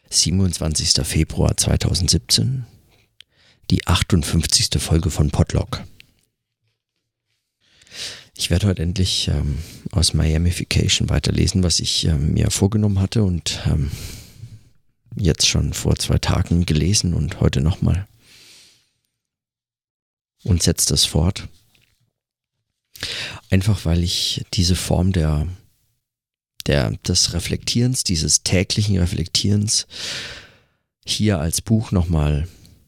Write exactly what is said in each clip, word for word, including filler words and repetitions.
siebenundzwanzigster Februar zweitausendsiebzehn, die achtundfünfzigste Folge von Podlog. Ich werde heute endlich ähm, aus Miamification weiterlesen, was ich ähm, mir vorgenommen hatte und ähm, jetzt schon vor zwei Tagen gelesen und heute nochmal. Und setze das fort. Einfach weil ich diese Form der, der, des Reflektierens, dieses täglichen Reflektierens hier als Buch nochmal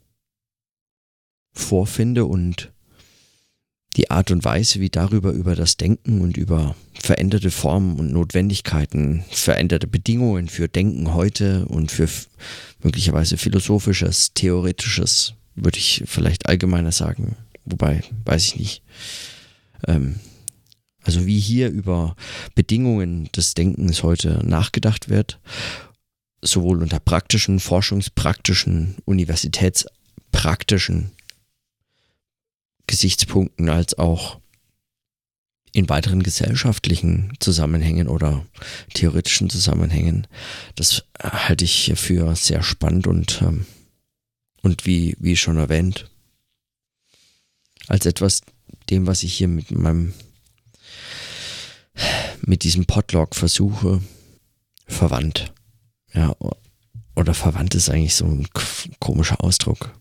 vorfinde und die Art und Weise, wie darüber über das Denken und über veränderte Formen und Notwendigkeiten, veränderte Bedingungen für Denken heute und für möglicherweise philosophisches, theoretisches, würde ich vielleicht allgemeiner sagen, wobei, weiß ich nicht. Ähm, also wie hier über Bedingungen des Denkens heute nachgedacht wird, sowohl unter praktischen, forschungspraktischen, universitätspraktischen Gesichtspunkten als auch in weiteren gesellschaftlichen Zusammenhängen oder theoretischen Zusammenhängen. Das halte ich für sehr spannend und, ähm, und wie, wie schon erwähnt, als etwas dem, was ich hier mit meinem mit diesem Podlog versuche, verwandt. Ja, oder verwandt ist eigentlich so ein komischer Ausdruck.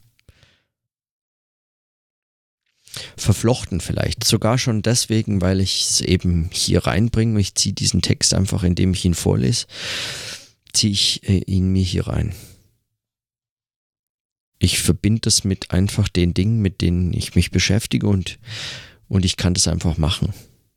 Verflochten vielleicht, sogar schon deswegen, weil ich es eben hier reinbringe. Ich ziehe diesen Text einfach, indem ich ihn vorlese, ziehe ich äh, ihn mir hier rein. Ich verbinde das mit einfach den Dingen, mit denen ich mich beschäftige und, und ich kann das einfach machen.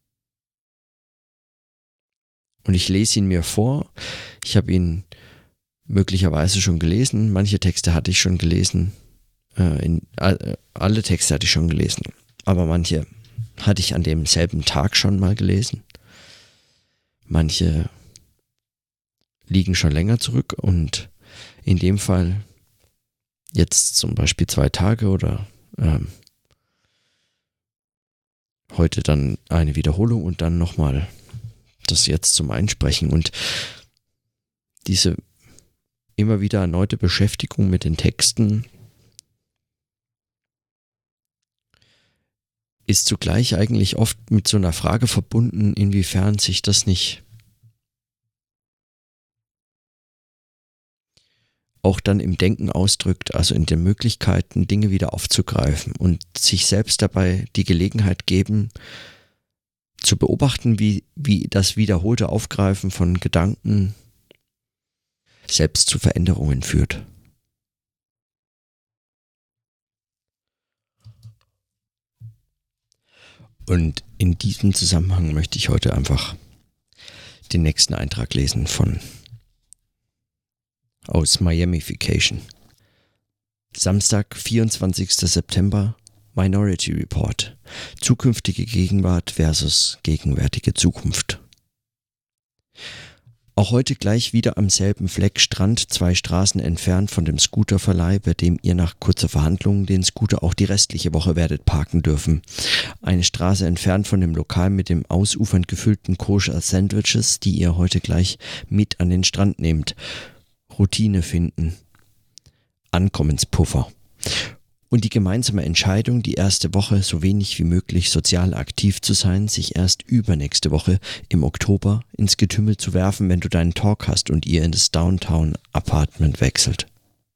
Und ich lese ihn mir vor. Ich habe ihn möglicherweise schon gelesen. Manche Texte hatte ich schon gelesen. Äh, in, äh, alle Texte hatte ich schon gelesen. Aber manche hatte ich an demselben Tag schon mal gelesen. Manche liegen schon länger zurück. Und in dem Fall jetzt zum Beispiel zwei Tage oder ähm, heute dann eine Wiederholung und dann nochmal das jetzt zum Einsprechen. Und diese immer wieder erneute Beschäftigung mit den Texten ist zugleich eigentlich oft mit so einer Frage verbunden, inwiefern sich das nicht auch dann im Denken ausdrückt, also in den Möglichkeiten, Dinge wieder aufzugreifen und sich selbst dabei die Gelegenheit geben, zu beobachten, wie, wie das wiederholte Aufgreifen von Gedanken selbst zu Veränderungen führt. Und in diesem Zusammenhang möchte ich heute einfach den nächsten Eintrag lesen von aus Miamification. Samstag, vierundzwanzigster September, Minority Report. Zukünftige Gegenwart versus gegenwärtige Zukunft. Auch heute gleich wieder am selben Fleck Strand, zwei Straßen entfernt von dem Scooterverleih, bei dem ihr nach kurzer Verhandlung den Scooter auch die restliche Woche werdet parken dürfen. Eine Straße entfernt von dem Lokal mit dem ausufernd gefüllten Koscher-Sandwiches, die ihr heute gleich mit an den Strand nehmt. Routine finden. Ankommenspuffer. Und die gemeinsame Entscheidung, die erste Woche so wenig wie möglich sozial aktiv zu sein, sich erst übernächste Woche im Oktober ins Getümmel zu werfen, wenn du deinen Talk hast und ihr in das Downtown Apartment wechselt.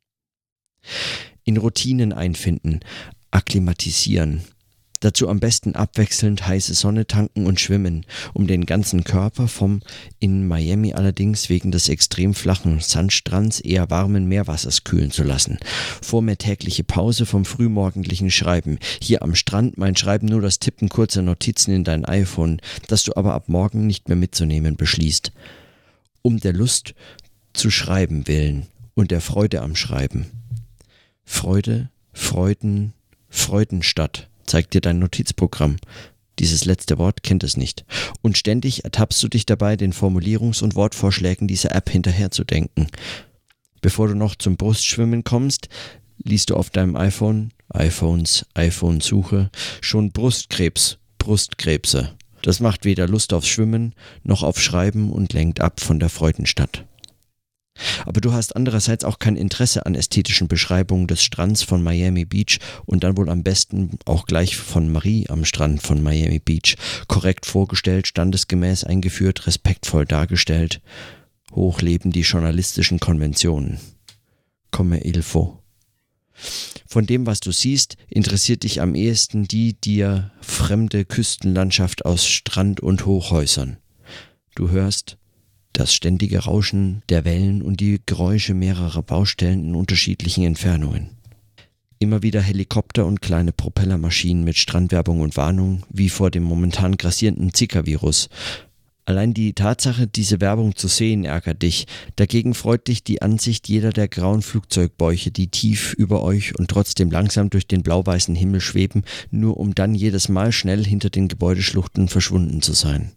In Routinen einfinden, akklimatisieren. Dazu am besten abwechselnd heiße Sonne tanken und schwimmen, um den ganzen Körper vom in Miami allerdings wegen des extrem flachen Sandstrands eher warmen Meerwassers kühlen zu lassen. Vor mir tägliche Pause vom frühmorgendlichen Schreiben. Hier am Strand mein Schreiben nur das Tippen kurzer Notizen in dein iPhone, das du aber ab morgen nicht mehr mitzunehmen beschließt. Um der Lust zu schreiben willen und der Freude am Schreiben. Freude, Freuden, Freudenstadt. Zeigt dir dein Notizprogramm. Dieses letzte Wort kennt es nicht. Und ständig ertappst du dich dabei, den Formulierungs- und Wortvorschlägen dieser App hinterherzudenken. Bevor du noch zum Brustschwimmen kommst, liest du auf deinem iPhone, iPhones, iPhone-Suche, schon Brustkrebs, Brustkrebse. Das macht weder Lust auf Schwimmen noch auf Schreiben und lenkt ab von der Freudenstadt. Aber du hast andererseits auch kein Interesse an ästhetischen Beschreibungen des Strands von Miami Beach und dann wohl am besten auch gleich von Marie am Strand von Miami Beach. Korrekt vorgestellt, standesgemäß eingeführt, respektvoll dargestellt. Hoch leben die journalistischen Konventionen. Comme il faut. Von dem, was du siehst, interessiert dich am ehesten die dir fremde Küstenlandschaft aus Strand und Hochhäusern. Du hörst das ständige Rauschen der Wellen und die Geräusche mehrerer Baustellen in unterschiedlichen Entfernungen. Immer wieder Helikopter und kleine Propellermaschinen mit Strandwerbung und Warnung, wie vor dem momentan grassierenden Zika-Virus. Allein die Tatsache, diese Werbung zu sehen, ärgert dich. Dagegen freut dich die Ansicht jeder der grauen Flugzeugbäuche, die tief über euch und trotzdem langsam durch den blau-weißen Himmel schweben, nur um dann jedes Mal schnell hinter den Gebäudeschluchten verschwunden zu sein.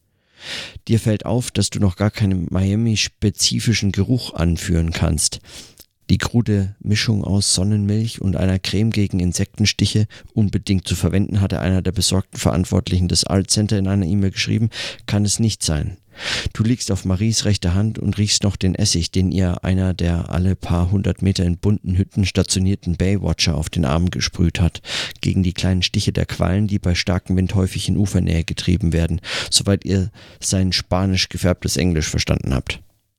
Dir fällt auf, dass du noch gar keinen Miami-spezifischen Geruch anführen kannst. Die krude Mischung aus Sonnenmilch und einer Creme gegen Insektenstiche unbedingt zu verwenden, hatte einer der besorgten Verantwortlichen des Art Center in einer E-Mail geschrieben, kann es nicht sein. Du liegst auf Maries rechter Hand und riechst noch den Essig, den ihr einer der alle paar hundert Meter in bunten Hütten stationierten Baywatcher auf den Arm gesprüht hat, gegen die kleinen Stiche der Quallen, die bei starkem Wind häufig in Ufernähe getrieben werden, soweit ihr sein spanisch gefärbtes Englisch verstanden habt.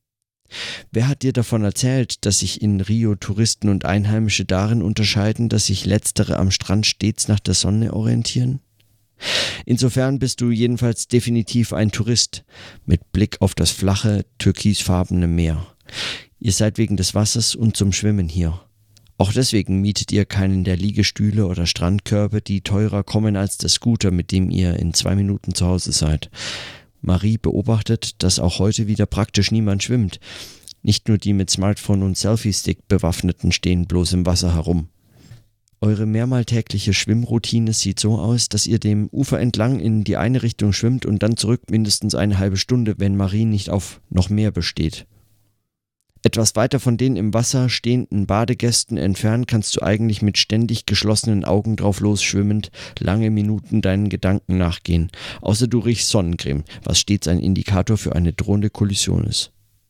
Wer hat dir davon erzählt, dass sich in Rio Touristen und Einheimische darin unterscheiden, dass sich letztere am Strand stets nach der Sonne orientieren? Insofern bist du jedenfalls definitiv ein Tourist, mit Blick auf das flache, türkisfarbene Meer. Ihr seid wegen des Wassers und zum Schwimmen hier. Auch deswegen mietet ihr keinen der Liegestühle oder Strandkörbe, die teurer kommen als der Scooter, mit dem ihr in zwei Minuten zu Hause seid. Marie beobachtet, dass auch heute wieder praktisch niemand schwimmt. Nicht nur die mit Smartphone und Selfie-Stick Bewaffneten stehen bloß im Wasser herum. Eure mehrmal tägliche Schwimmroutine sieht so aus, dass ihr dem Ufer entlang in die eine Richtung schwimmt und dann zurück mindestens eine halbe Stunde, wenn Marie nicht auf noch mehr besteht. Etwas weiter von den im Wasser stehenden Badegästen entfernt kannst du eigentlich mit ständig geschlossenen Augen drauf losschwimmend lange Minuten deinen Gedanken nachgehen, außer du riechst Sonnencreme, was stets ein Indikator für eine drohende Kollision ist.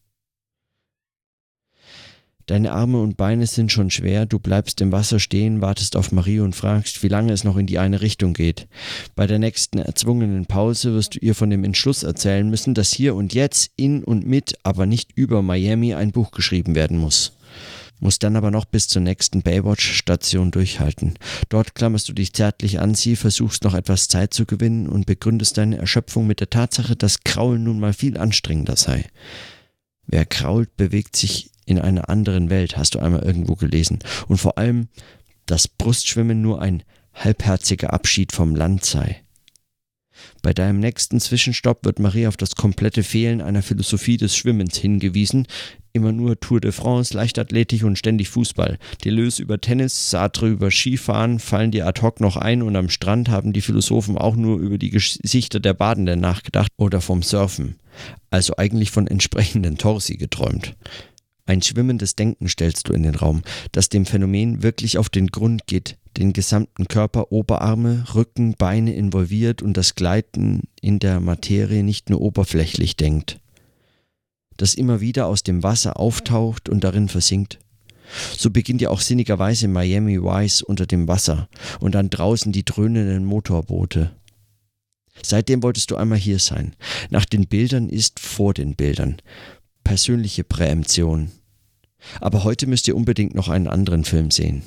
Deine Arme und Beine sind schon schwer, du bleibst im Wasser stehen, wartest auf Marie und fragst, wie lange es noch in die eine Richtung geht. Bei der nächsten erzwungenen Pause wirst du ihr von dem Entschluss erzählen müssen, dass hier und jetzt, in und mit, aber nicht über Miami ein Buch geschrieben werden muss. Musst dann aber noch bis zur nächsten Baywatch-Station durchhalten. Dort klammerst du dich zärtlich an sie, versuchst noch etwas Zeit zu gewinnen und begründest deine Erschöpfung mit der Tatsache, dass Kraulen nun mal viel anstrengender sei. Wer krault, bewegt sich in einer anderen Welt, hast du einmal irgendwo gelesen. Und vor allem, dass Brustschwimmen nur ein halbherziger Abschied vom Land sei. Bei deinem nächsten Zwischenstopp wird Marie auf das komplette Fehlen einer Philosophie des Schwimmens hingewiesen. Immer nur Tour de France, Leichtathletik und ständig Fußball. Deleuze über Tennis, Sartre über Skifahren fallen dir ad hoc noch ein und am Strand haben die Philosophen auch nur über die Gesichter der Badenden nachgedacht oder vom Surfen. Also eigentlich von entsprechenden Torsi geträumt. Ein schwimmendes Denken stellst du in den Raum, das dem Phänomen wirklich auf den Grund geht, den gesamten Körper, Oberarme, Rücken, Beine involviert und das Gleiten in der Materie nicht nur oberflächlich denkt. Das immer wieder aus dem Wasser auftaucht und darin versinkt. So beginnt ja auch sinnigerweise Miami Vice unter dem Wasser und dann draußen die dröhnenden Motorboote. Seitdem wolltest du einmal hier sein. Nach den Bildern ist vor den Bildern. Persönliche Präemption. Aber heute müsst ihr unbedingt noch einen anderen Film sehen.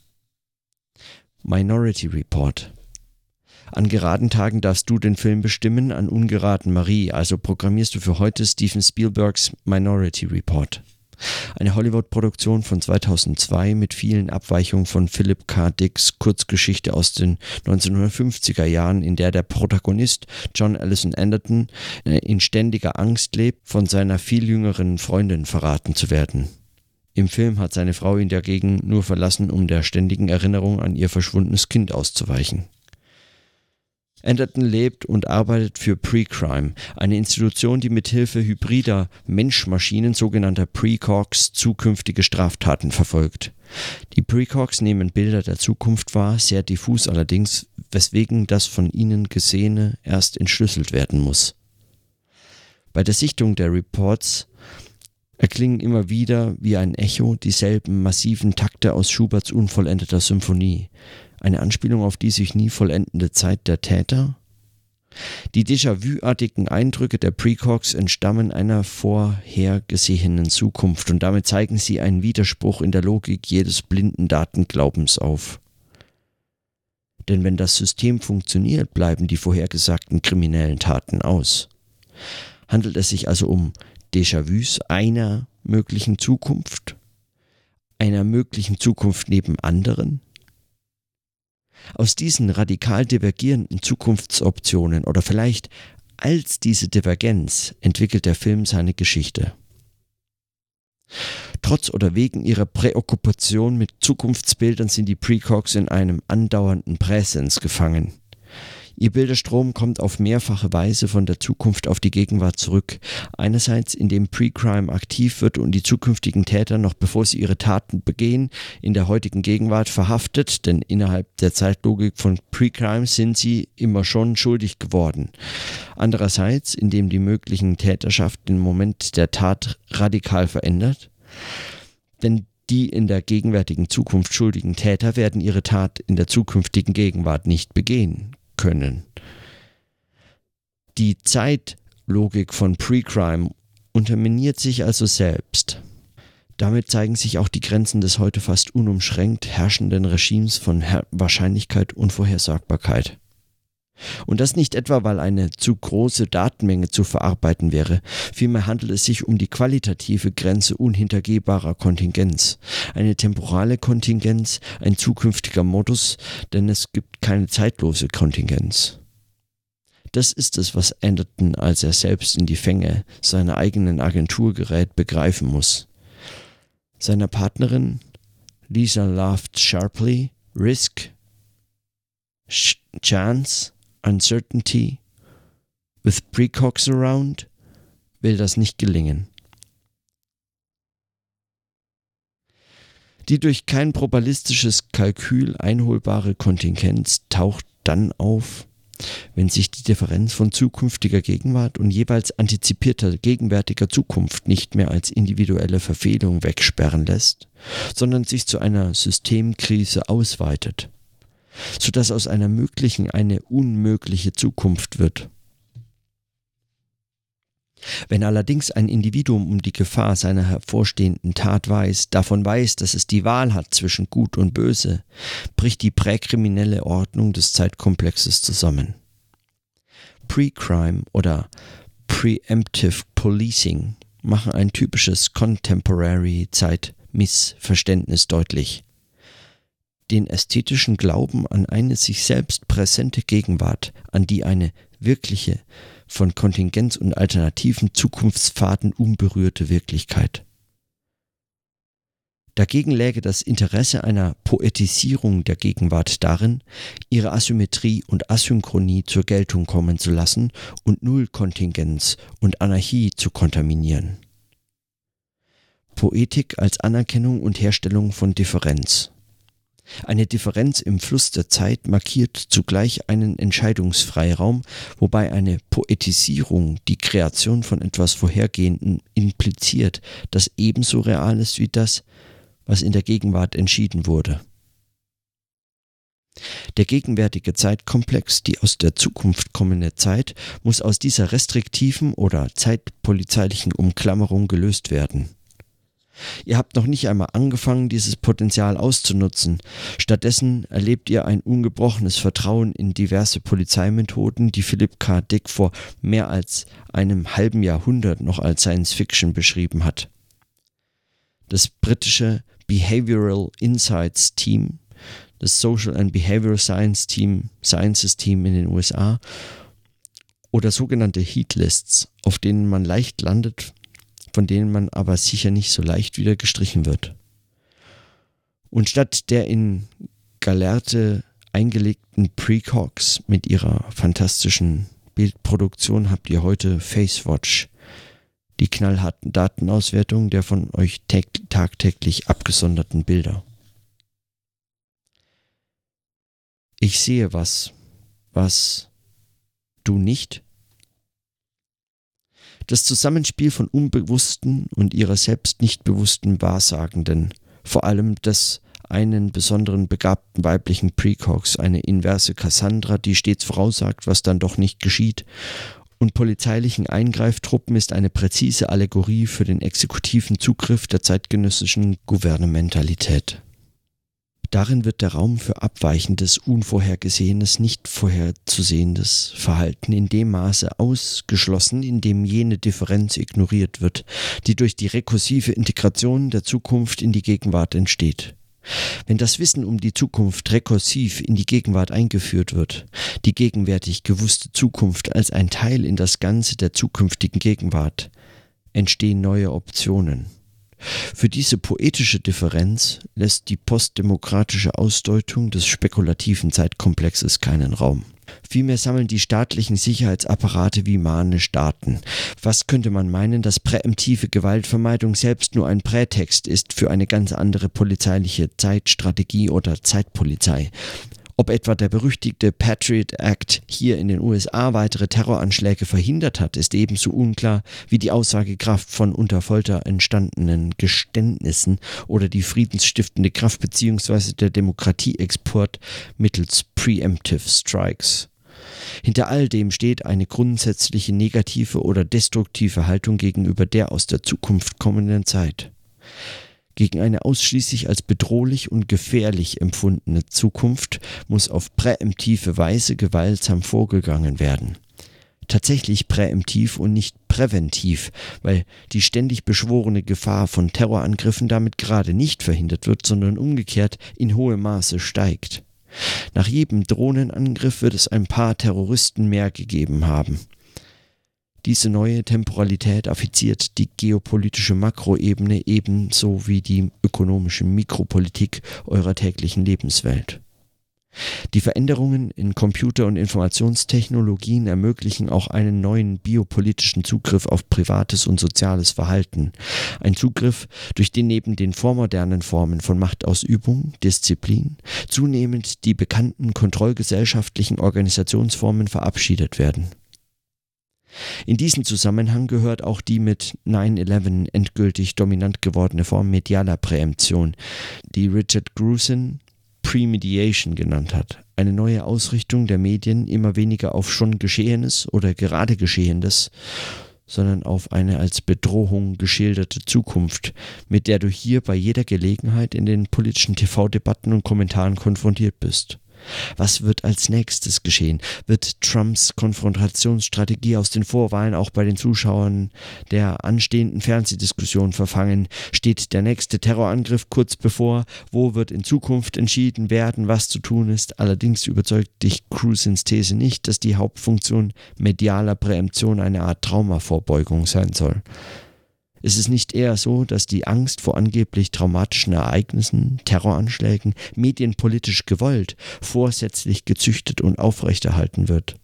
Minority Report. An geraden Tagen darfst du den Film bestimmen, an ungeraden Marie, also programmierst du für heute Steven Spielbergs Minority Report. Eine Hollywood-Produktion von zweitausendzwei mit vielen Abweichungen von Philip K. Dicks Kurzgeschichte aus den neunzehnhundertfünfziger Jahren, in der der Protagonist John Allison Anderton in ständiger Angst lebt, von seiner viel jüngeren Freundin verraten zu werden. Im Film hat seine Frau ihn dagegen nur verlassen, um der ständigen Erinnerung an ihr verschwundenes Kind auszuweichen. Anderton lebt und arbeitet für Pre-Crime, eine Institution, die mithilfe hybrider Menschmaschinen, sogenannter Precogs, zukünftige Straftaten verfolgt. Die Precogs nehmen Bilder der Zukunft wahr, sehr diffus allerdings, weswegen das von ihnen Gesehene erst entschlüsselt werden muss. Bei der Sichtung der Reports erklingen immer wieder wie ein Echo dieselben massiven Takte aus Schuberts unvollendeter Symphonie. Eine Anspielung auf die sich nie vollendende Zeit der Täter? Die Déjà-vu-artigen Eindrücke der Precogs entstammen einer vorhergesehenen Zukunft und damit zeigen sie einen Widerspruch in der Logik jedes blinden Datenglaubens auf. Denn wenn das System funktioniert, bleiben die vorhergesagten kriminellen Taten aus. Handelt es sich also um Déjà-vus einer möglichen Zukunft? Einer möglichen Zukunft neben anderen? Aus diesen radikal divergierenden Zukunftsoptionen oder vielleicht als diese Divergenz entwickelt der Film seine Geschichte. Trotz oder wegen ihrer Präokkupation mit Zukunftsbildern sind die Precogs in einem andauernden Präsens gefangen. Ihr Bilderstrom kommt auf mehrfache Weise von der Zukunft auf die Gegenwart zurück. Einerseits, indem Pre-Crime aktiv wird und die zukünftigen Täter, noch bevor sie ihre Taten begehen, in der heutigen Gegenwart verhaftet, denn innerhalb der Zeitlogik von Pre-Crime sind sie immer schon schuldig geworden. Andererseits, indem die möglichen Täterschaft den Moment der Tat radikal verändert, denn die in der gegenwärtigen Zukunft schuldigen Täter werden ihre Tat in der zukünftigen Gegenwart nicht begehen können. Die Zeitlogik von Pre-Crime unterminiert sich also selbst. Damit zeigen sich auch die Grenzen des heute fast unumschränkt herrschenden Regimes von Her- Wahrscheinlichkeit und Vorhersagbarkeit. Und das nicht etwa, weil eine zu große Datenmenge zu verarbeiten wäre. Vielmehr handelt es sich um die qualitative Grenze unhintergehbarer Kontingenz. Eine temporale Kontingenz, ein zukünftiger Modus, denn es gibt keine zeitlose Kontingenz. Das ist es, was Anderton, als er selbst in die Fänge seiner eigenen Agentur gerät, begreifen muss. Seiner Partnerin, Lisa laughed sharply, Risk, Ch- Chance, Uncertainty, with Precogs around, will das nicht gelingen. Die durch kein probabilistisches Kalkül einholbare Kontingenz taucht dann auf, wenn sich die Differenz von zukünftiger Gegenwart und jeweils antizipierter gegenwärtiger Zukunft nicht mehr als individuelle Verfehlung wegsperren lässt, sondern sich zu einer Systemkrise ausweitet, sodass aus einer möglichen eine unmögliche Zukunft wird. Wenn allerdings ein Individuum um die Gefahr seiner hervorstehenden Tat weiß, davon weiß, dass es die Wahl hat zwischen Gut und Böse, bricht die präkriminelle Ordnung des Zeitkomplexes zusammen. Pre-Crime oder Preemptive Policing machen ein typisches Contemporary-Zeit-Missverständnis deutlich. Den ästhetischen Glauben an eine sich selbst präsente Gegenwart, an die eine wirkliche, von Kontingenz und alternativen Zukunftspfaden unberührte Wirklichkeit. Dagegen läge das Interesse einer Poetisierung der Gegenwart darin, ihre Asymmetrie und Asynchronie zur Geltung kommen zu lassen und Nullkontingenz und Anarchie zu kontaminieren. Poetik als Anerkennung und Herstellung von Differenz. Eine Differenz im Fluss der Zeit markiert zugleich einen Entscheidungsfreiraum, wobei eine Poetisierung die Kreation von etwas Vorhergehenden impliziert, das ebenso real ist wie das, was in der Gegenwart entschieden wurde. Der gegenwärtige Zeitkomplex, die aus der Zukunft kommende Zeit, muss aus dieser restriktiven oder zeitpolizeilichen Umklammerung gelöst werden. Ihr habt noch nicht einmal angefangen, dieses Potenzial auszunutzen. Stattdessen erlebt ihr ein ungebrochenes Vertrauen in diverse Polizeimethoden, die Philip K. Dick vor mehr als einem halben Jahrhundert noch als Science Fiction beschrieben hat. Das britische Behavioral Insights Team, das Social and Behavioral Science Team, Sciences Team in den U S A oder sogenannte Heatlists, auf denen man leicht landet, von denen man aber sicher nicht so leicht wieder gestrichen wird. Und statt der in Galerte eingelegten Precogs mit ihrer fantastischen Bildproduktion habt ihr heute FaceWatch, die knallharten Datenauswertung der von euch tag- tagtäglich abgesonderten Bilder. Ich sehe was, was du nicht. Das Zusammenspiel von Unbewussten und ihrer selbst nicht bewussten Wahrsagenden, vor allem des einen besonderen begabten weiblichen Precox, eine inverse Cassandra, die stets voraussagt, was dann doch nicht geschieht, und polizeilichen Eingreiftruppen ist eine präzise Allegorie für den exekutiven Zugriff der zeitgenössischen Gouvernementalität. Darin wird der Raum für abweichendes, unvorhergesehenes, nicht vorherzusehendes Verhalten in dem Maße ausgeschlossen, in dem jene Differenz ignoriert wird, die durch die rekursive Integration der Zukunft in die Gegenwart entsteht. Wenn das Wissen um die Zukunft rekursiv in die Gegenwart eingeführt wird, die gegenwärtig gewusste Zukunft als ein Teil in das Ganze der zukünftigen Gegenwart, entstehen neue Optionen. Für diese poetische Differenz lässt die postdemokratische Ausdeutung des spekulativen Zeitkomplexes keinen Raum. Vielmehr sammeln die staatlichen Sicherheitsapparate wie manisch Daten. Was könnte man meinen, dass präemptive Gewaltvermeidung selbst nur ein Prätext ist für eine ganz andere polizeiliche Zeitstrategie oder Zeitpolizei? Ob etwa der berüchtigte Patriot Act hier in den U S A weitere Terroranschläge verhindert hat, ist ebenso unklar wie die Aussagekraft von unter Folter entstandenen Geständnissen oder die friedensstiftende Kraft bzw. der Demokratieexport mittels Preemptive Strikes. Hinter all dem steht eine grundsätzliche negative oder destruktive Haltung gegenüber der aus der Zukunft kommenden Zeit. Gegen eine ausschließlich als bedrohlich und gefährlich empfundene Zukunft muss auf präemptive Weise gewaltsam vorgegangen werden. Tatsächlich präemptiv und nicht präventiv, weil die ständig beschworene Gefahr von Terrorangriffen damit gerade nicht verhindert wird, sondern umgekehrt in hohem Maße steigt. Nach jedem Drohnenangriff wird es ein paar Terroristen mehr gegeben haben. Diese neue Temporalität affiziert die geopolitische Makroebene ebenso wie die ökonomische Mikropolitik eurer täglichen Lebenswelt. Die Veränderungen in Computer- und Informationstechnologien ermöglichen auch einen neuen biopolitischen Zugriff auf privates und soziales Verhalten. Ein Zugriff, durch den neben den vormodernen Formen von Machtausübung, Disziplin, zunehmend die bekannten kontrollgesellschaftlichen Organisationsformen verabschiedet werden. In diesem Zusammenhang gehört auch die mit neun elf endgültig dominant gewordene Form medialer Präemption, die Richard Grusin Premediation genannt hat. Eine neue Ausrichtung der Medien immer weniger auf schon Geschehenes oder gerade Geschehendes, sondern auf eine als Bedrohung geschilderte Zukunft, mit der du hier bei jeder Gelegenheit in den politischen T V-Debatten und Kommentaren konfrontiert bist. Was wird als nächstes geschehen? Wird Trumps Konfrontationsstrategie aus den Vorwahlen auch bei den Zuschauern der anstehenden Fernsehdiskussion verfangen? Steht der nächste Terrorangriff kurz bevor? Wo wird in Zukunft entschieden werden, was zu tun ist? Allerdings überzeugt dich Grusins These nicht, dass die Hauptfunktion medialer Präemption eine Art Traumavorbeugung sein soll. Ist es nicht eher so, dass die Angst vor angeblich traumatischen Ereignissen, Terroranschlägen, medienpolitisch gewollt, vorsätzlich gezüchtet und aufrechterhalten wird?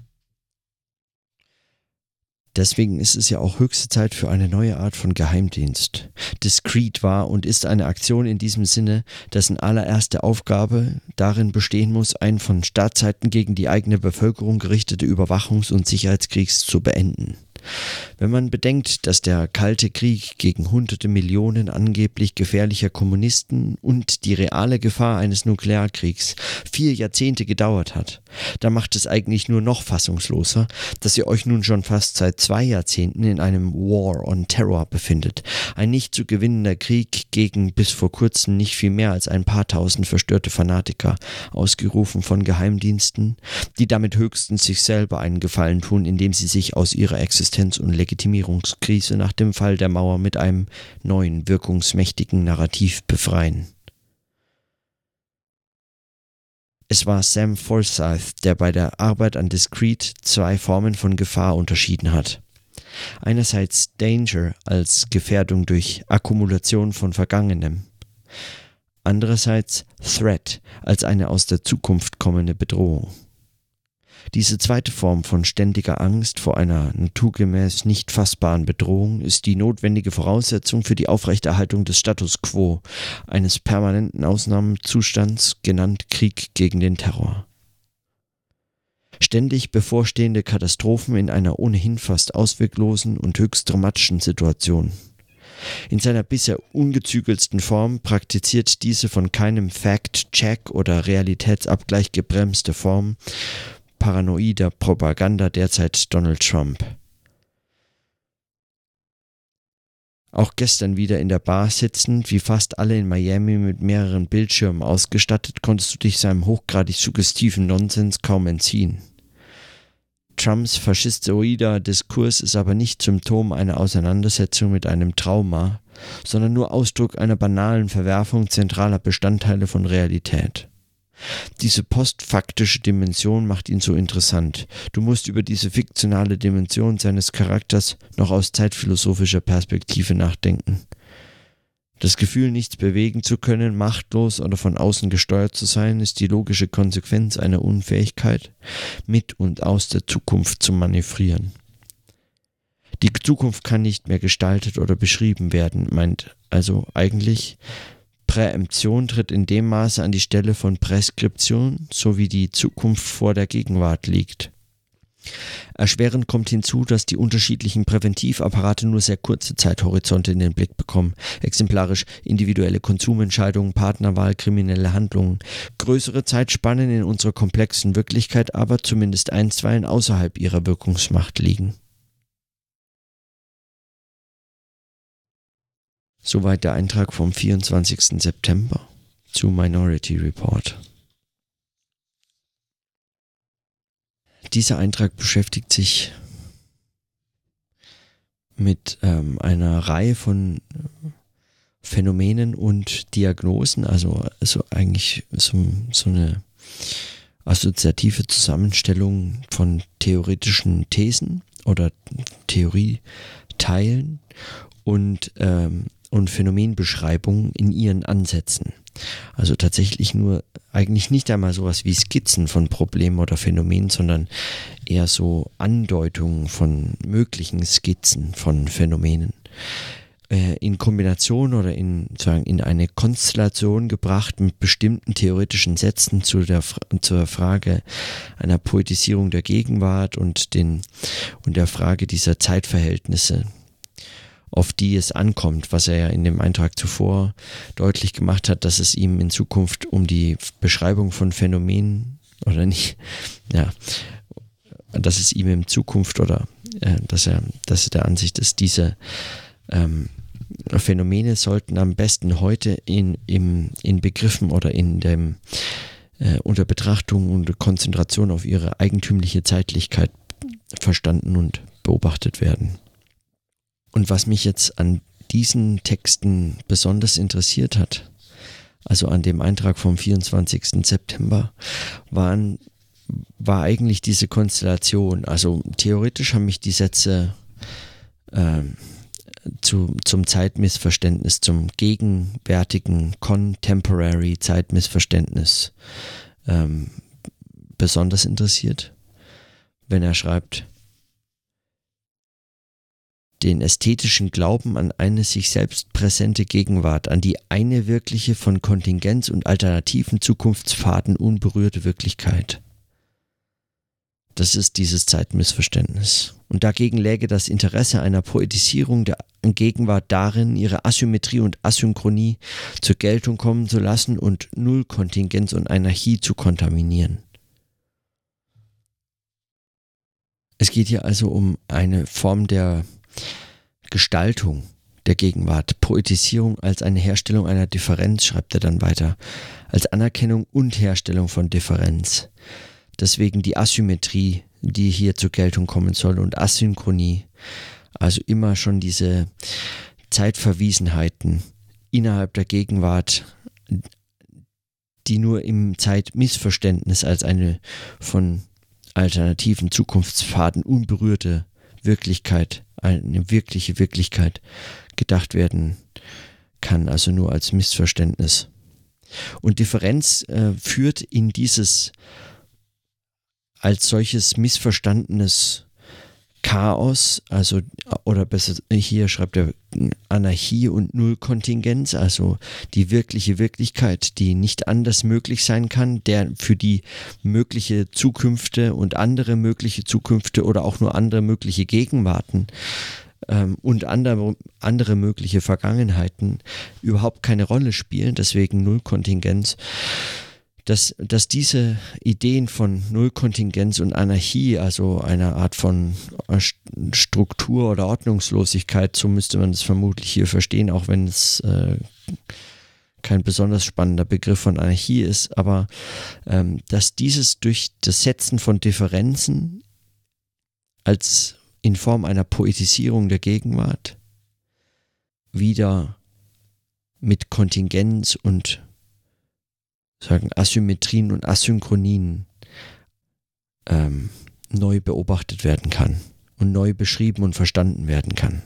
Deswegen ist es ja auch höchste Zeit für eine neue Art von Geheimdienst. Discreet war und ist eine Aktion in diesem Sinne, dessen allererste Aufgabe darin bestehen muss, einen von Staatsseiten gegen die eigene Bevölkerung gerichtete Überwachungs- und Sicherheitskriegs zu beenden. Wenn man bedenkt, dass der Kalte Krieg gegen hunderte Millionen angeblich gefährlicher Kommunisten und die reale Gefahr eines Nuklearkriegs vier Jahrzehnte gedauert hat, dann macht es eigentlich nur noch fassungsloser, dass ihr euch nun schon fast seit zwei Jahrzehnten in einem War on Terror befindet. Ein nicht zu gewinnender Krieg gegen bis vor kurzem nicht viel mehr als ein paar tausend verstörte Fanatiker, ausgerufen von Geheimdiensten, die damit höchstens sich selber einen Gefallen tun, indem sie sich aus ihrer Existenz und Legitimierungskrise nach dem Fall der Mauer mit einem neuen, wirkungsmächtigen Narrativ befreien. Es war Sam Forsyth, der bei der Arbeit an Discreet zwei Formen von Gefahr unterschieden hat. Einerseits Danger als Gefährdung durch Akkumulation von Vergangenem. Andererseits Threat als eine aus der Zukunft kommende Bedrohung. Diese zweite Form von ständiger Angst vor einer naturgemäß nicht fassbaren Bedrohung ist die notwendige Voraussetzung für die Aufrechterhaltung des Status quo, eines permanenten Ausnahmezustands, genannt Krieg gegen den Terror. Ständig bevorstehende Katastrophen in einer ohnehin fast ausweglosen und höchst dramatischen Situation. In seiner bisher ungezügelsten Form praktiziert diese von keinem Fact-Check oder Realitätsabgleich gebremste Form paranoider Propaganda derzeit Donald Trump. Auch gestern wieder in der Bar sitzend, wie fast alle in Miami mit mehreren Bildschirmen ausgestattet, konntest du dich seinem hochgradig suggestiven Nonsens kaum entziehen. Trumps faschistoider Diskurs ist aber nicht Symptom einer Auseinandersetzung mit einem Trauma, sondern nur Ausdruck einer banalen Verwerfung zentraler Bestandteile von Realität. Diese postfaktische Dimension macht ihn so interessant. Du musst über diese fiktionale Dimension seines Charakters noch aus zeitphilosophischer Perspektive nachdenken. Das Gefühl, nichts bewegen zu können, machtlos oder von außen gesteuert zu sein, ist die logische Konsequenz einer Unfähigkeit, mit und aus der Zukunft zu manövrieren. Die Zukunft kann nicht mehr gestaltet oder beschrieben werden, meint also eigentlich, Präemption tritt in dem Maße an die Stelle von Präskription, so wie die Zukunft vor der Gegenwart liegt. Erschwerend kommt hinzu, dass die unterschiedlichen Präventivapparate nur sehr kurze Zeithorizonte in den Blick bekommen, exemplarisch individuelle Konsumentscheidungen, Partnerwahl, kriminelle Handlungen. Größere Zeitspannen in unserer komplexen Wirklichkeit aber zumindest einstweilen außerhalb ihrer Wirkungsmacht liegen. Soweit der Eintrag vom vierundzwanzigsten September zu Minority Report. Dieser Eintrag beschäftigt sich mit ähm, einer Reihe von Phänomenen und Diagnosen, also, also eigentlich so, so eine assoziative Zusammenstellung von theoretischen Thesen oder Theorieteilen und, ähm, und Phänomenbeschreibungen in ihren Ansätzen. Also tatsächlich nur, eigentlich nicht einmal sowas wie Skizzen von Problemen oder Phänomenen, sondern eher so Andeutungen von möglichen Skizzen von Phänomenen. Äh, in Kombination oder in, sagen, in eine Konstellation gebracht mit bestimmten theoretischen Sätzen zu der, zur Frage einer Poetisierung der Gegenwart und, den, und der Frage dieser Zeitverhältnisse, auf die es ankommt, was er ja in dem Eintrag zuvor deutlich gemacht hat, dass es ihm in Zukunft um die Beschreibung von Phänomenen oder nicht, ja, dass es ihm in Zukunft oder äh, dass er, dass er der Ansicht ist, diese ähm, Phänomene sollten am besten heute in, im, in Begriffen oder in dem äh, unter Betrachtung und Konzentration auf ihre eigentümliche Zeitlichkeit verstanden und beobachtet werden. Und was mich jetzt an diesen Texten besonders interessiert hat, also an dem Eintrag vom vierundzwanzigsten September, waren, war eigentlich diese Konstellation. Also theoretisch haben mich die Sätze äh, zu, zum Zeitmissverständnis, zum gegenwärtigen Contemporary Zeitmissverständnis ähm, besonders interessiert, wenn er schreibt: Den ästhetischen Glauben an eine sich selbst präsente Gegenwart, an die eine wirkliche, von Kontingenz und alternativen Zukunftspfaden unberührte Wirklichkeit. Das ist dieses Zeitmissverständnis. Und dagegen läge das Interesse einer Poetisierung der Gegenwart darin, ihre Asymmetrie und Asynchronie zur Geltung kommen zu lassen und Nullkontingenz und Anarchie zu kontaminieren. Es geht hier also um eine Form der Gestaltung der Gegenwart, Poetisierung als eine Herstellung einer Differenz, schreibt er dann weiter, als Anerkennung und Herstellung von Differenz. Deswegen die Asymmetrie, die hier zur Geltung kommen soll, und Asynchronie, also immer schon diese Zeitverwiesenheiten innerhalb der Gegenwart, die nur im Zeitmissverständnis als eine von alternativen Zukunftspfaden unberührte Wirklichkeit, eine wirkliche Wirklichkeit gedacht werden kann, also nur als Missverständnis. Und Differenz äh, führt in dieses als solches missverstandenes Chaos, also oder besser hier schreibt er Anarchie und Nullkontingenz, also die wirkliche Wirklichkeit, die nicht anders möglich sein kann, der für die mögliche Zukünfte und andere mögliche Zukünfte oder auch nur andere mögliche Gegenwarten ähm, und andere, andere mögliche Vergangenheiten überhaupt keine Rolle spielen, deswegen Nullkontingenz. Dass, dass diese Ideen von Nullkontingenz und Anarchie, also einer Art von Struktur oder Ordnungslosigkeit, so müsste man es vermutlich hier verstehen, auch wenn es äh, kein besonders spannender Begriff von Anarchie ist, aber ähm, dass dieses durch das Setzen von Differenzen als in Form einer Poetisierung der Gegenwart wieder mit Kontingenz und sagen Asymmetrien und Asynchronien ähm, neu beobachtet werden kann und neu beschrieben und verstanden werden kann.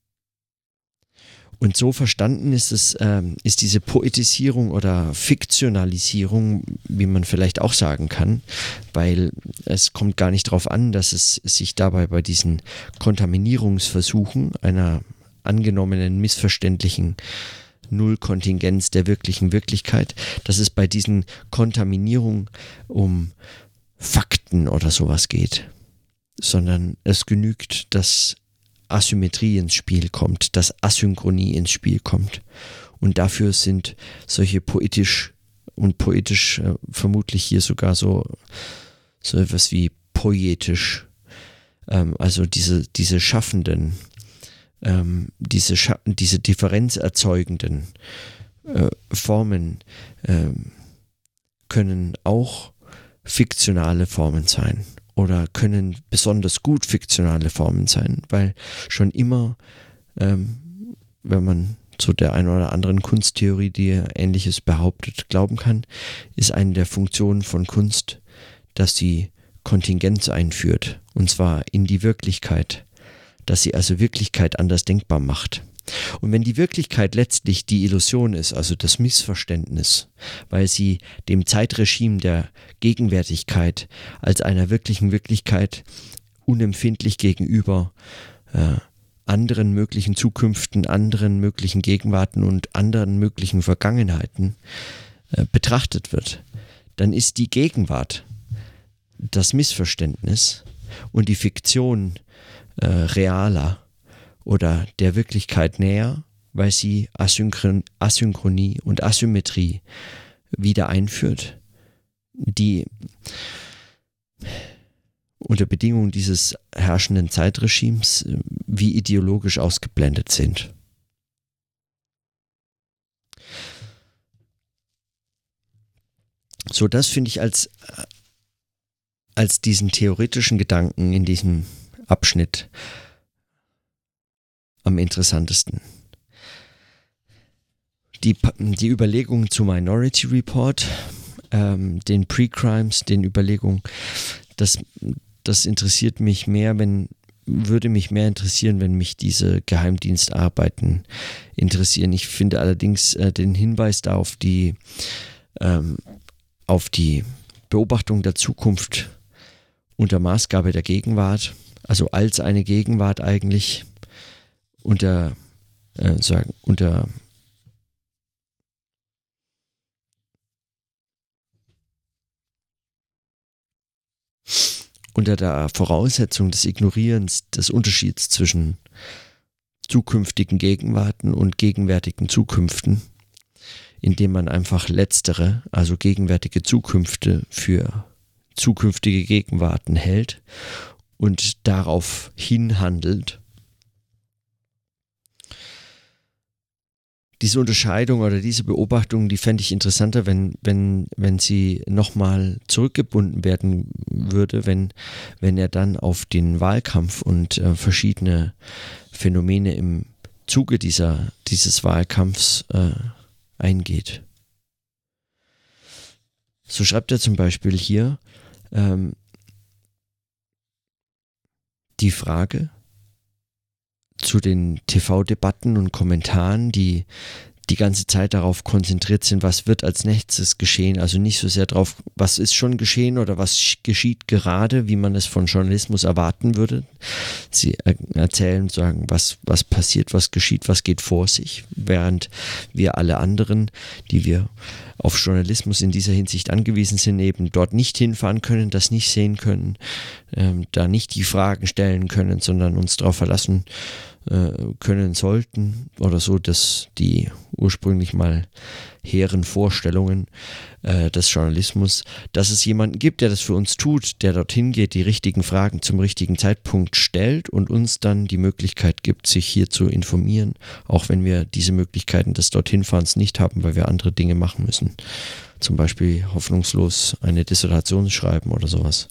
Und so verstanden ist es, ähm, ist diese Poetisierung oder Fiktionalisierung, wie man vielleicht auch sagen kann, weil es kommt gar nicht darauf an, dass es sich dabei bei diesen Kontaminierungsversuchen einer angenommenen missverständlichen Nullkontingenz der wirklichen Wirklichkeit, dass es bei diesen Kontaminierungen um Fakten oder sowas geht, sondern es genügt, dass Asymmetrie ins Spiel kommt, dass Asynchronie ins Spiel kommt. Und dafür sind solche poetisch und poetisch äh, vermutlich hier sogar so, so etwas wie poetisch, ähm, also diese, diese Schaffenden, Ähm, diese, Scha- diese differenzerzeugenden äh, Formen ähm, können auch fiktionale Formen sein oder können besonders gut fiktionale Formen sein, weil schon immer, ähm, wenn man zu der einen oder anderen Kunsttheorie, die Ähnliches behauptet, glauben kann, ist eine der Funktionen von Kunst, dass sie Kontingenz einführt, und zwar in die Wirklichkeit, dass sie also Wirklichkeit anders denkbar macht. Und wenn die Wirklichkeit letztlich die Illusion ist, also das Missverständnis, weil sie dem Zeitregime der Gegenwärtigkeit als einer wirklichen Wirklichkeit unempfindlich gegenüber äh, anderen möglichen Zukünften, anderen möglichen Gegenwarten und anderen möglichen Vergangenheiten äh, betrachtet wird, dann ist die Gegenwart das Missverständnis und die Fiktion Äh, realer oder der Wirklichkeit näher, weil sie Asynchron- Asynchronie und Asymmetrie wieder einführt, die unter Bedingungen dieses herrschenden Zeitregimes äh, wie ideologisch ausgeblendet sind. So, das finde ich als, als diesen theoretischen Gedanken in diesem Abschnitt am interessantesten. Die, die Überlegungen zu Minority Report, ähm, den Pre-Crimes, den Überlegungen, das, das interessiert mich mehr, wenn, würde mich mehr interessieren, wenn mich diese Geheimdienstarbeiten interessieren. Ich finde allerdings äh, den Hinweis da auf die, ähm, auf die Beobachtung der Zukunft unter Maßgabe der Gegenwart, also als eine Gegenwart eigentlich unter, äh, sagen, unter unter der Voraussetzung des Ignorierens des Unterschieds zwischen zukünftigen Gegenwarten und gegenwärtigen Zukünften, indem man einfach letztere, also gegenwärtige Zukünfte für zukünftige Gegenwarten hält und darauf hinhandelt. Diese Unterscheidung oder diese Beobachtung, die fände ich interessanter, wenn, wenn, wenn sie nochmal zurückgebunden werden würde, wenn, wenn er dann auf den Wahlkampf und äh, verschiedene Phänomene im Zuge dieser, dieses Wahlkampfs äh, eingeht. So schreibt er zum Beispiel hier ähm, die Frage zu den T V-Debatten und Kommentaren, die die ganze Zeit darauf konzentriert sind, was wird als nächstes geschehen, also nicht so sehr darauf, was ist schon geschehen oder was geschieht gerade, wie man es von Journalismus erwarten würde. Sie erzählen, sagen, was, was passiert, was geschieht, was geht vor sich, während wir alle anderen, die wir auf Journalismus in dieser Hinsicht angewiesen sind, eben dort nicht hinfahren können, das nicht sehen können, ähm, da nicht die Fragen stellen können, sondern uns darauf verlassen äh, können sollten oder so, dass die ursprünglich mal hehren Vorstellungen äh, des Journalismus, dass es jemanden gibt, der das für uns tut, der dorthin geht, die richtigen Fragen zum richtigen Zeitpunkt stellt und uns dann die Möglichkeit gibt, sich hier zu informieren, auch wenn wir diese Möglichkeiten des Dorthinfahrens nicht haben, weil wir andere Dinge machen müssen. Zum Beispiel hoffnungslos eine Dissertation schreiben oder sowas.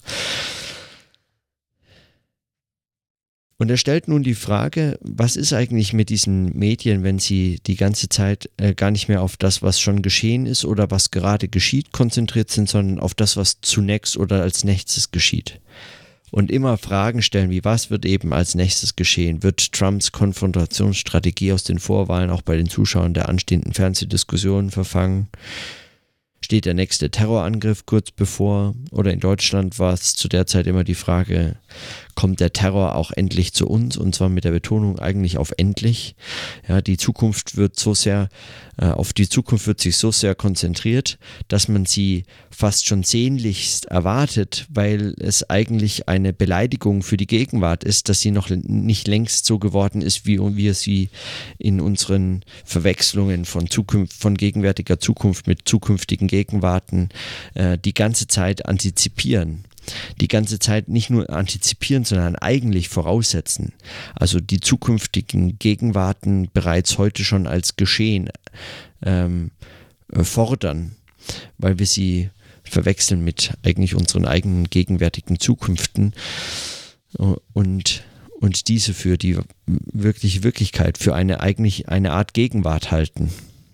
Und er stellt nun die Frage, was ist eigentlich mit diesen Medien, wenn sie die ganze Zeit äh, gar nicht mehr auf das, was schon geschehen ist oder was gerade geschieht, konzentriert sind, sondern auf das, was zunächst oder als nächstes geschieht. Und immer Fragen stellen, wie was wird eben als nächstes geschehen? Wird Trumps Konfrontationsstrategie aus den Vorwahlen auch bei den Zuschauern der anstehenden Fernsehdiskussionen verfangen? Steht der nächste Terrorangriff kurz bevor? Oder in Deutschland war es zu der Zeit immer die Frage, kommt der Terror auch endlich zu uns? Und zwar mit der Betonung eigentlich auf endlich. Ja, die Zukunft wird so sehr, äh, auf die Zukunft wird sich so sehr konzentriert, dass man sie fast schon sehnlichst erwartet, weil es eigentlich eine Beleidigung für die Gegenwart ist, dass sie noch nicht längst so geworden ist, wie wir sie in unseren Verwechslungen von Zukunft, von gegenwärtiger Zukunft mit zukünftigen Gegenwarten äh, die ganze Zeit antizipieren. Die ganze Zeit nicht nur antizipieren, sondern eigentlich voraussetzen. Also die zukünftigen Gegenwarten bereits heute schon als geschehen ähm, fordern, weil wir sie verwechseln mit eigentlich unseren eigenen gegenwärtigen Zukünften und, und diese für die wirkliche Wirklichkeit, für eine eigentlich eine Art Gegenwart halten.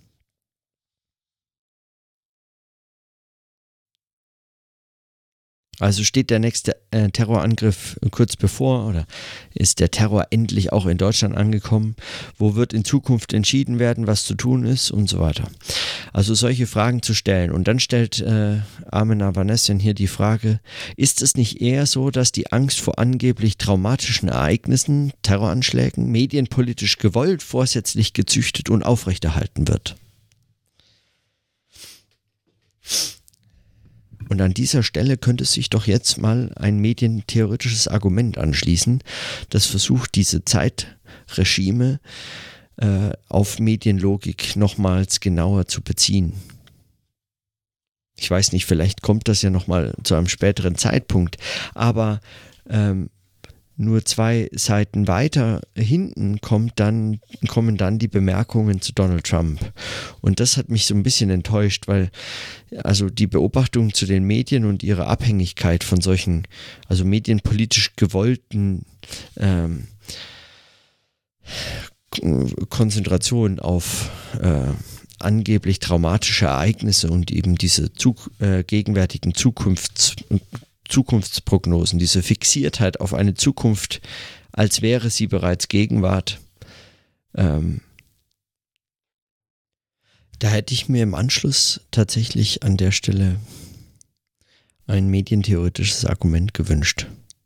Also steht der nächste äh, Terrorangriff kurz bevor oder ist der Terror endlich auch in Deutschland angekommen? Wo wird in Zukunft entschieden werden, was zu tun ist und so weiter? Also solche Fragen zu stellen. Und dann stellt äh, Armen Avanesian hier die Frage, ist es nicht eher so, dass die Angst vor angeblich traumatischen Ereignissen, Terroranschlägen, medienpolitisch gewollt, vorsätzlich gezüchtet und aufrechterhalten wird? Und an dieser Stelle könnte sich doch jetzt mal ein medientheoretisches Argument anschließen, das versucht, diese Zeitregime äh, auf Medienlogik nochmals genauer zu beziehen. Ich weiß nicht, vielleicht kommt das ja nochmal zu einem späteren Zeitpunkt, aber ähm, nur zwei Seiten weiter hinten kommt dann, kommen dann die Bemerkungen zu Donald Trump. Und das hat mich so ein bisschen enttäuscht, weil also die Beobachtung zu den Medien und ihre Abhängigkeit von solchen, also medienpolitisch gewollten ähm, Konzentration auf äh, angeblich traumatische Ereignisse und eben diese zu, äh, gegenwärtigen Zukunfts- Zukunftsprognosen, diese Fixiertheit auf eine Zukunft, als wäre sie bereits Gegenwart. Ähm, da hätte ich mir im Anschluss tatsächlich an der Stelle ein medientheoretisches Argument gewünscht.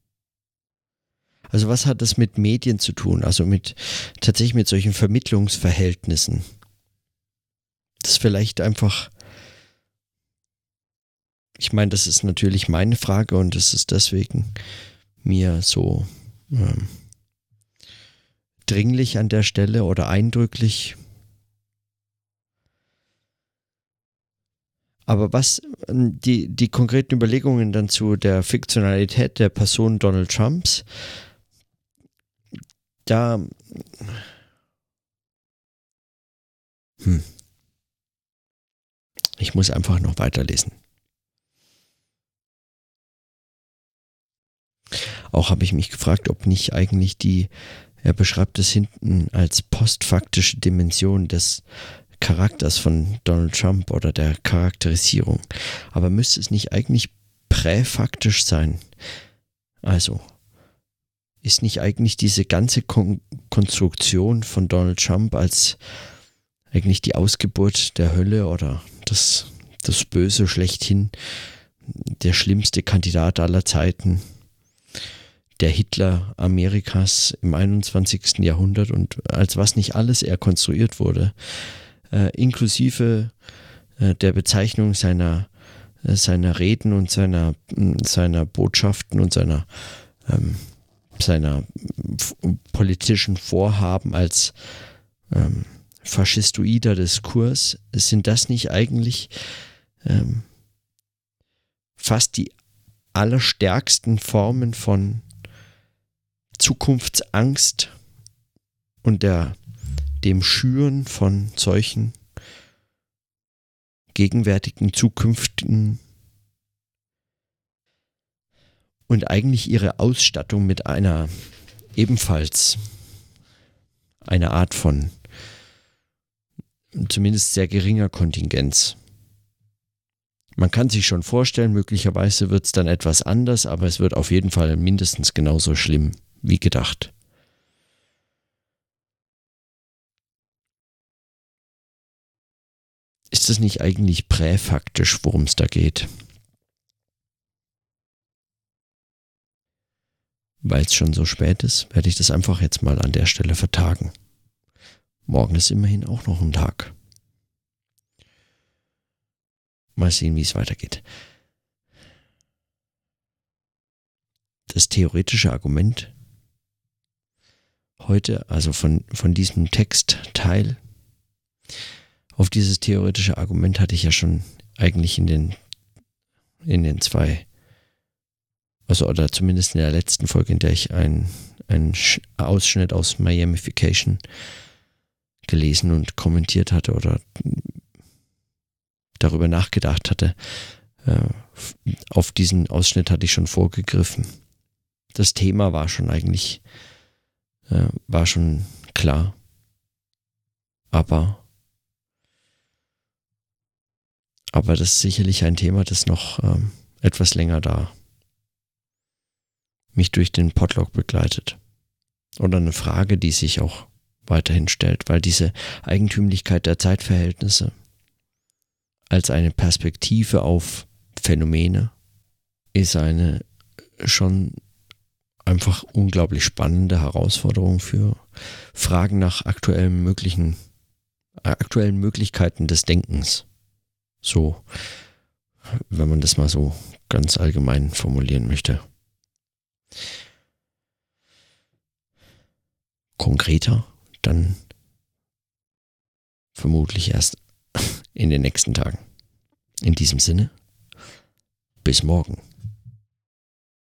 Also was hat das mit Medien zu tun? Also mit tatsächlich mit solchen Vermittlungsverhältnissen. Das ist vielleicht einfach... Ich meine, das ist natürlich meine Frage und es ist deswegen mir so ähm, dringlich an der Stelle oder eindrücklich. Aber was die, die konkreten Überlegungen dann zu der Fiktionalität der Person Donald Trumps, da hm, ich muss einfach noch weiterlesen. Auch habe ich mich gefragt, ob nicht eigentlich die, er beschreibt es hinten als postfaktische Dimension des Charakters von Donald Trump oder der Charakterisierung. Aber müsste es nicht eigentlich präfaktisch sein? Also, ist nicht eigentlich diese ganze Kon- Konstruktion von Donald Trump als eigentlich die Ausgeburt der Hölle oder das, das Böse schlechthin, der schlimmste Kandidat aller Zeiten, der Hitler Amerikas im einundzwanzigsten Jahrhundert und als was nicht alles er konstruiert wurde, äh, inklusive äh, der Bezeichnung seiner, äh, seiner Reden und seiner, seiner Botschaften und seiner, ähm, seiner f- politischen Vorhaben als ähm, faschistoider Diskurs, sind das nicht eigentlich ähm, fast die allerstärksten Formen von Zukunftsangst und der, dem Schüren von solchen gegenwärtigen, zukünftigen und eigentlich ihre Ausstattung mit einer ebenfalls einer Art von zumindest sehr geringer Kontingenz. Man kann sich schon vorstellen, möglicherweise wird es dann etwas anders, aber es wird auf jeden Fall mindestens genauso schlimm wie gedacht. Ist es nicht eigentlich präfaktisch, worum es da geht? Weil es schon so spät ist, werde ich das einfach jetzt mal an der Stelle vertagen. Morgen ist immerhin auch noch ein Tag. Mal sehen, wie es weitergeht. Das theoretische Argument heute, also von, von diesem Textteil, auf dieses theoretische Argument hatte ich ja schon eigentlich in den, in den zwei, also oder zumindest in der letzten Folge, in der ich einen Ausschnitt aus Miamification gelesen und kommentiert hatte oder darüber nachgedacht hatte. Auf diesen Ausschnitt hatte ich schon vorgegriffen. Das Thema war schon eigentlich, war schon klar. Aber Aber das ist sicherlich ein Thema, das noch ähm, etwas länger da mich durch den Podlog begleitet. Oder eine Frage, die sich auch weiterhin stellt, weil diese Eigentümlichkeit der Zeitverhältnisse als eine Perspektive auf Phänomene ist eine schon einfach unglaublich spannende Herausforderung für Fragen nach aktuellen möglichen, aktuellen Möglichkeiten des Denkens. So, wenn man das mal so ganz allgemein formulieren möchte. Konkreter dann vermutlich erst in den nächsten Tagen. In diesem Sinne, bis morgen.